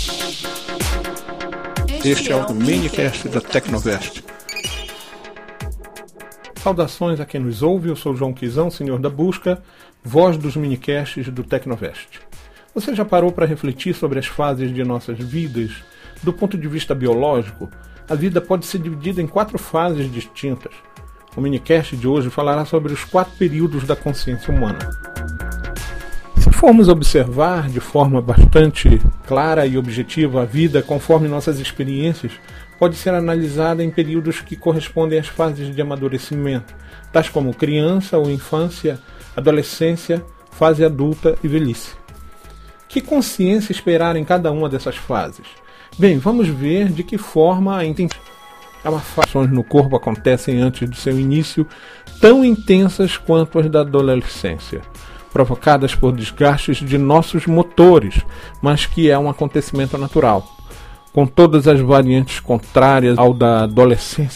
Este é o minicast da Tecnovest. Saudações a quem nos ouve, eu sou o João Quizão, senhor da busca, voz dos minicasts do Tecnovest. Você já parou para refletir sobre as fases de nossas vidas? Do ponto de vista biológico, a vida pode ser dividida em 4 fases distintas. O minicast de hoje falará sobre os 4 períodos da consciência humana. Se formos observar de forma bastante clara e objetiva a vida conforme nossas experiências, pode ser analisada em períodos que correspondem às fases de amadurecimento, tais como criança ou infância, adolescência, fase adulta e velhice. Que consciência esperar em cada uma dessas fases? Bem, vamos ver de que forma a intensidade no corpo acontecem antes do seu início, tão intensas quanto as da adolescência, provocadas por desgastes de nossos motores, mas que é um acontecimento natural. Com todas as variantes contrárias ao da adolescência,